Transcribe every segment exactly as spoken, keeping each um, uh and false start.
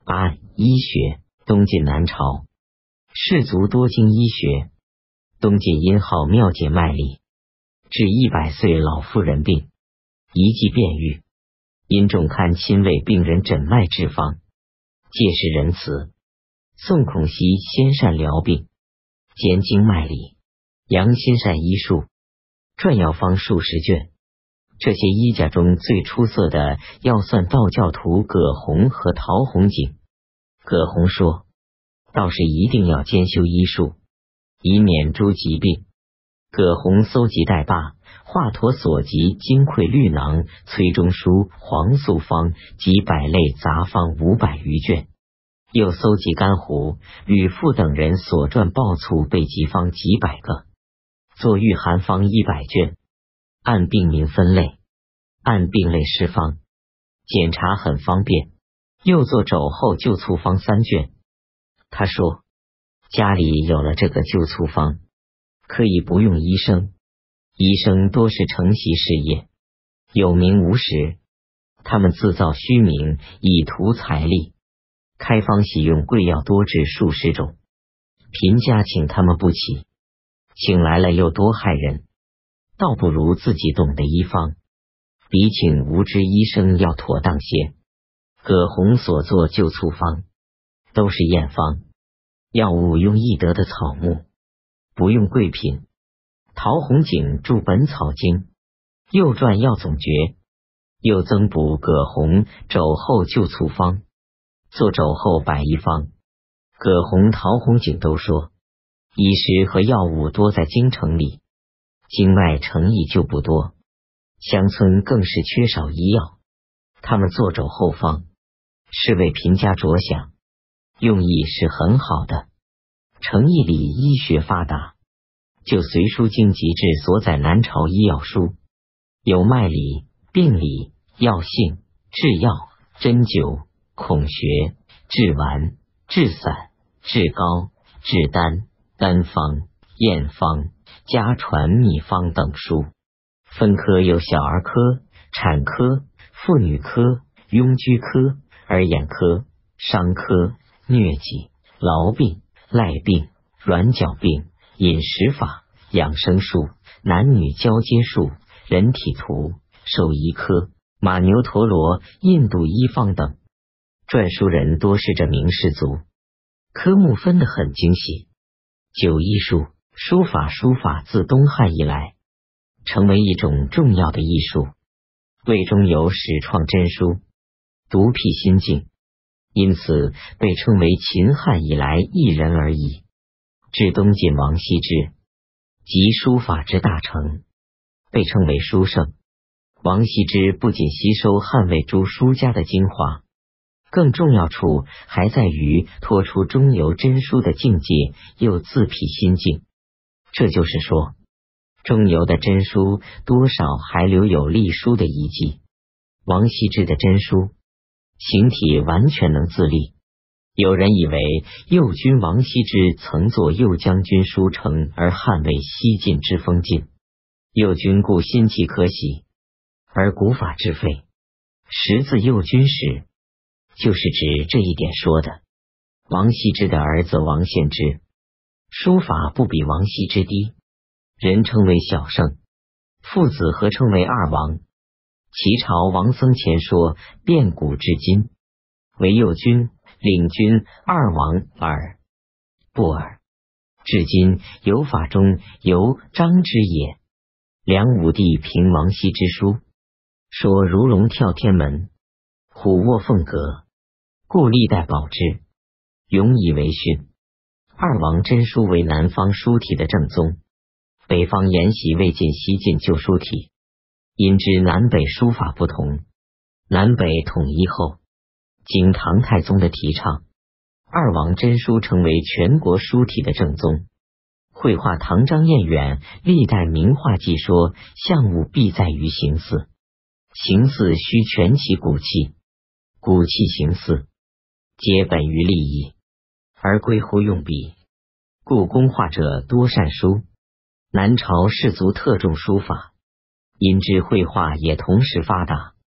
八、医学。东晋南朝，士族多精医学。东晋因好妙解脉理，治一百岁老妇人病，一剂便愈。因重看亲为病人诊脉治方，借势仁慈。宋孔熙先善疗病，兼经脉理，杨心善医术，撰药方数十卷。这些医家中最出色的，要算道教徒葛洪和陶弘景。葛洪说，道士一定要兼修医术，以免诸疾病。葛洪搜集代罢，华佗所集金匮绿囊、崔中书、黄素方及百类杂方五百余卷，又搜集甘湖、吕复等人所撰报卒备急方几百个，作御寒方一百卷，按病名分类，按病类施方，检查很方便。又作肘后救促方三卷。他说，家里有了这个救促方，可以不用医生，医生多是承袭事业，有名无实，他们自造虚名，以图财力。开方喜用贵药多至数十种，贫家请他们不起，请来了又多害人，倒不如自己懂得医方，比请无知医生要妥当些。葛洪所作救促方都是验方，药物用易得的草木，不用贵品。陶弘景著《本草经》，又撰药总诀，又增补葛洪肘后救促方，做肘后百医方。葛洪、陶弘景都说，医师和药物多在京城里，经脉诚意就不多，乡村更是缺少医药，他们做肘后方是为贫家着想，用意是很好的。诚意里医学发达，就《隋书经籍志》所载南朝医药书，有脉理、病理、药性、治药、针灸、孔穴、治丸、治散、治膏、治丹、丹方、验方、家传秘方等书。分科有小儿科、产科、妇女科、庸居科、儿眼科、伤科、疟疾、痨病、赖病、软脚病、饮食法、养生术、男女交接术、人体图、兽医科、马牛陀罗、印度医方等。撰书人多是这名士族，科目分得很精细。九艺术，书法书法自东汉以来成为一种重要的艺术。魏中有始创真书，独辟新境，因此被称为秦汉以来一人而已。至东晋王羲之，集书法之大成，被称为书圣。王羲之不仅吸收汉魏诸书家的精华，更重要处还在于脱出中游真书的境界，又自辟新境。这就是说，中游的真书多少还留有隶书的遗迹，王羲之的真书形体完全能自立。有人以为右军王羲之曾作右将军书城而捍卫西晋之封晋，右军故新奇可喜，而古法之废，识字右军时，就是指这一点说的。王羲之的儿子王献之，书法不比王羲之低，人称为小圣，父子合称为二王。齐朝王僧虔说，变古至今，为右军、领军二王耳，不耳。至今有法中由张之也。梁武帝评王羲之书，说如龙跳天门，虎卧凤阁，故历代保之，永以为训。二王真书为南方书体的正宗，北方沿袭魏晋西晋旧书体，因之南北书法不同，南北统一后，经唐太宗的提倡，二王真书成为全国书体的正宗。绘画唐张彦远历代名画记说，象物必在于形似，形似须全其骨气，骨气形似，皆本于立意，而归乎用笔。故工画者多善书，南朝士族特重书法，因之绘画也同时发达。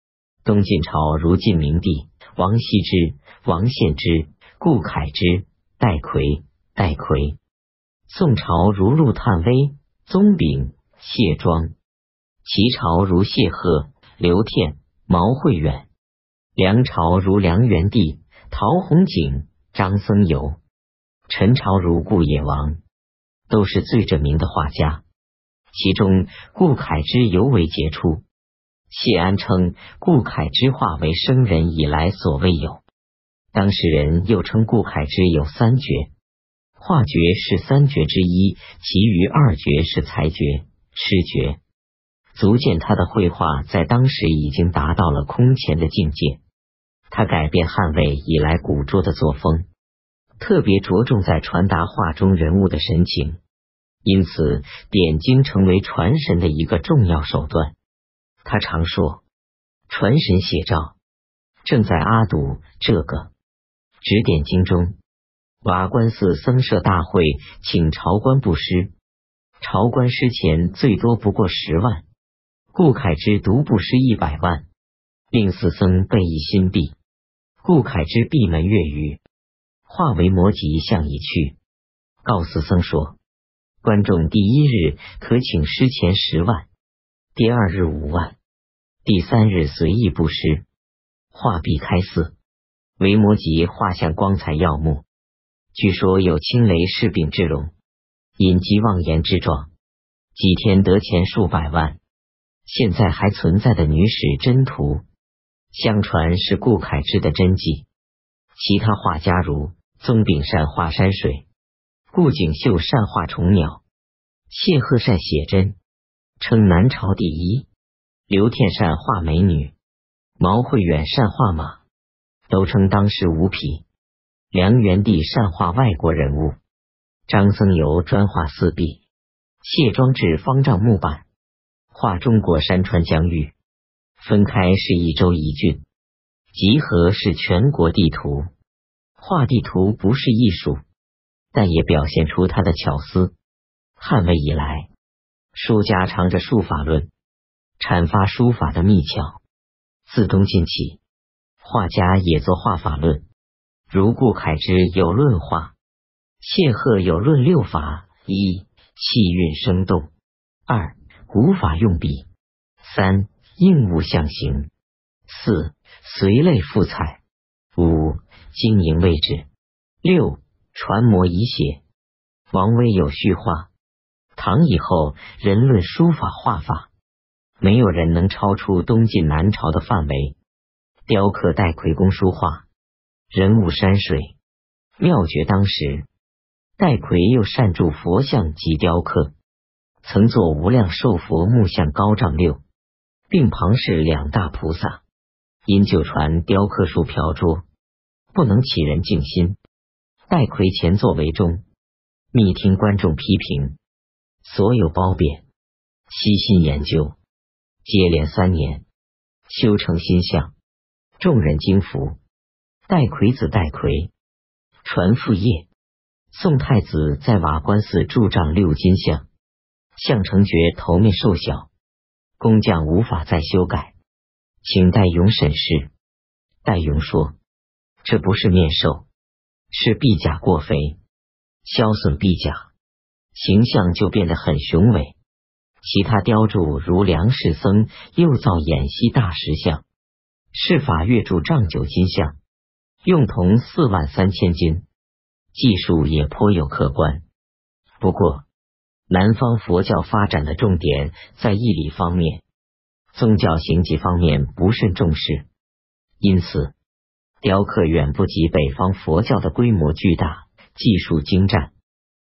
东晋朝如晋明帝王羲之、王献之、顾恺之、戴逵、戴逵；宋朝如陆探微、宗炳、谢庄；齐朝如谢赫、刘恬、毛慧远；梁朝如梁元帝、陶弘景、张僧繇；陈朝如顾野王，都是最着名的画家。其中顾恺之尤为杰出。谢安称顾恺之画为生人以来所未有，当事人又称顾恺之有三绝，画绝是三绝之一，其余二绝是才绝、诗绝，足见他的绘画在当时已经达到了空前的境界。他改变汉魏以来古拙的作风，特别着重在传达画中人物的神情，因此点睛成为传神的一个重要手段。他常说，传神写照正在阿堵这个指点经中，瓦官寺僧舍大会请朝官布施，朝官施钱最多不过十万，顾恺之独布施一百万，令寺僧备一新币。顾恺之闭门越狱，化为魔疾向已去，告寺僧说，观众第一日可请施钱十万，第二日五万，第三日随意布施，画必开寺。维摩诘画像光彩耀目，据说有青雷噬病之容，隐疾妄言之状，几天得钱数百万。现在还存在的女史真图，相传是顾恺之的真迹。其他画家如宗炳善画山水，顾景秀善画虫鸟，谢赫善写真，称南朝第一；刘恬善画美女，毛慧远善画马，都称当世无匹；梁元帝善画外国人物，张僧繇专画四壁，谢庄制方丈木板，画中国山川疆域，分开是一州一郡，集合是全国地图。画地图不是艺术，但也表现出他的巧思。汉魏以来，书家常着术法论，阐发书法的秘巧。自东晋起，画家也作画法论，如顾恺之有论画，谢赫有论六法：一、气韵生动；二、古法用笔；三、应物象形；四、随类赋彩；五、经营位置；六、传模以写。王维有序画，唐以后人论书法画法，没有人能超出东晋南朝的范围。雕刻戴逵公书画，人物山水，妙绝当时。戴逵又善铸佛像及雕刻，曾作无量寿佛木像高丈六，并旁饰两大菩萨。因旧传雕刻术朴拙，不能启人静心。戴逵前作为中，密听观众批评，所有褒贬，悉心研究，接连三年，修成新像，众人惊服。戴逵子戴逵，传父业。宋太子在瓦官寺铸丈六金像，像成觉头面瘦小，工匠无法再修改，请戴勇审视。戴勇说，这不是面瘦，是臂甲过肥，削损臂甲，形象就变得很雄伟。其他雕铸如梁氏僧又造偃息大石像，释法月铸丈九金像，用铜四万三千斤，技术也颇有可观。不过南方佛教发展的重点在义理方面，宗教行迹方面不甚重视，因此雕刻远不及北方佛教的规模巨大，技术精湛。